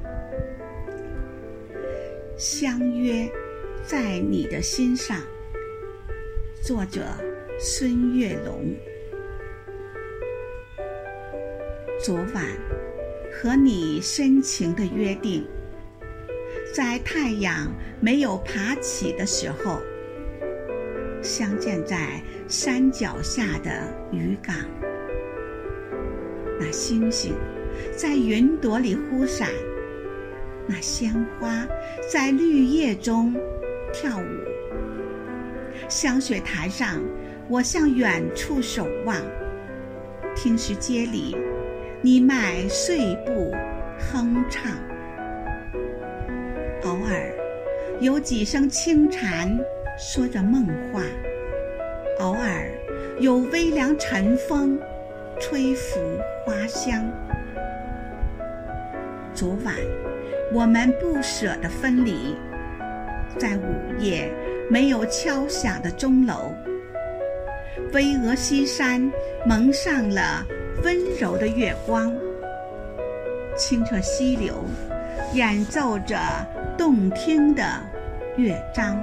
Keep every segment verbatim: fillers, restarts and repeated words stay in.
相约在你的心上，作者孙月龙。昨晚和你深情的约定，在太阳没有爬起的时候，相见在山脚下的渔港。那星星在云朵里忽闪，那鲜花在绿叶中跳舞。香雪台上，我向远处守望，听石阶里你迈碎步哼唱。偶尔有几声轻蝉说着梦话，偶尔有微凉晨风吹拂花香。昨晚我们不舍地分离，在午夜没有敲响的钟楼，巍峨西山蒙上了温柔的月光，清澈溪流演奏着动听的乐章。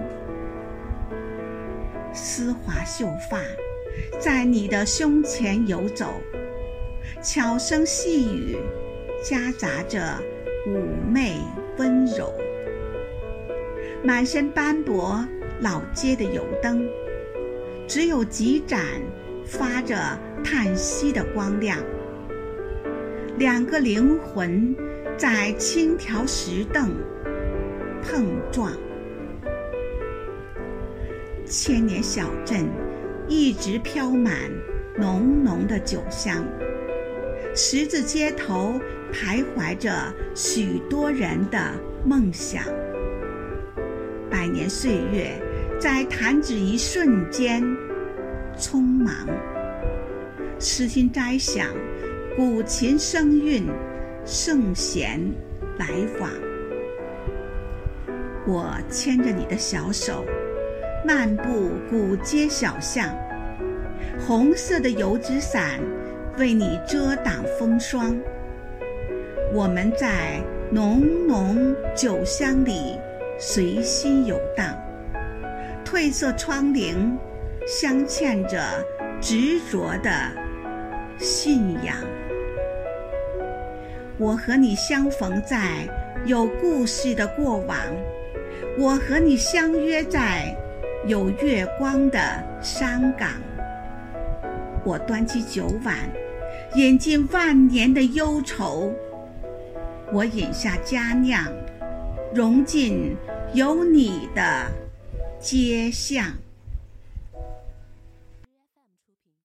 丝滑秀发在你的胸前游走，悄声细语夹杂着妩媚温柔。满身斑驳老街的油灯，只有几盏发着叹息的光亮。两个灵魂在轻条石凳碰撞。千年小镇一直飘满浓浓的酒香，十字街头徘徊着许多人的梦想。百年岁月在弹指一瞬间匆忙，诗心摘想，古琴声韵，圣贤来往。我牵着你的小手，漫步古街小巷，红色的油纸伞为你遮挡风霜。我们在浓浓酒香里随心游荡，褪色窗棂镶嵌着执着的信仰。我和你相逢在有故事的过往，我和你相约在有月光的山岗。我端起酒碗，饮尽万年的忧愁，我饮下佳酿，融进有你的街巷。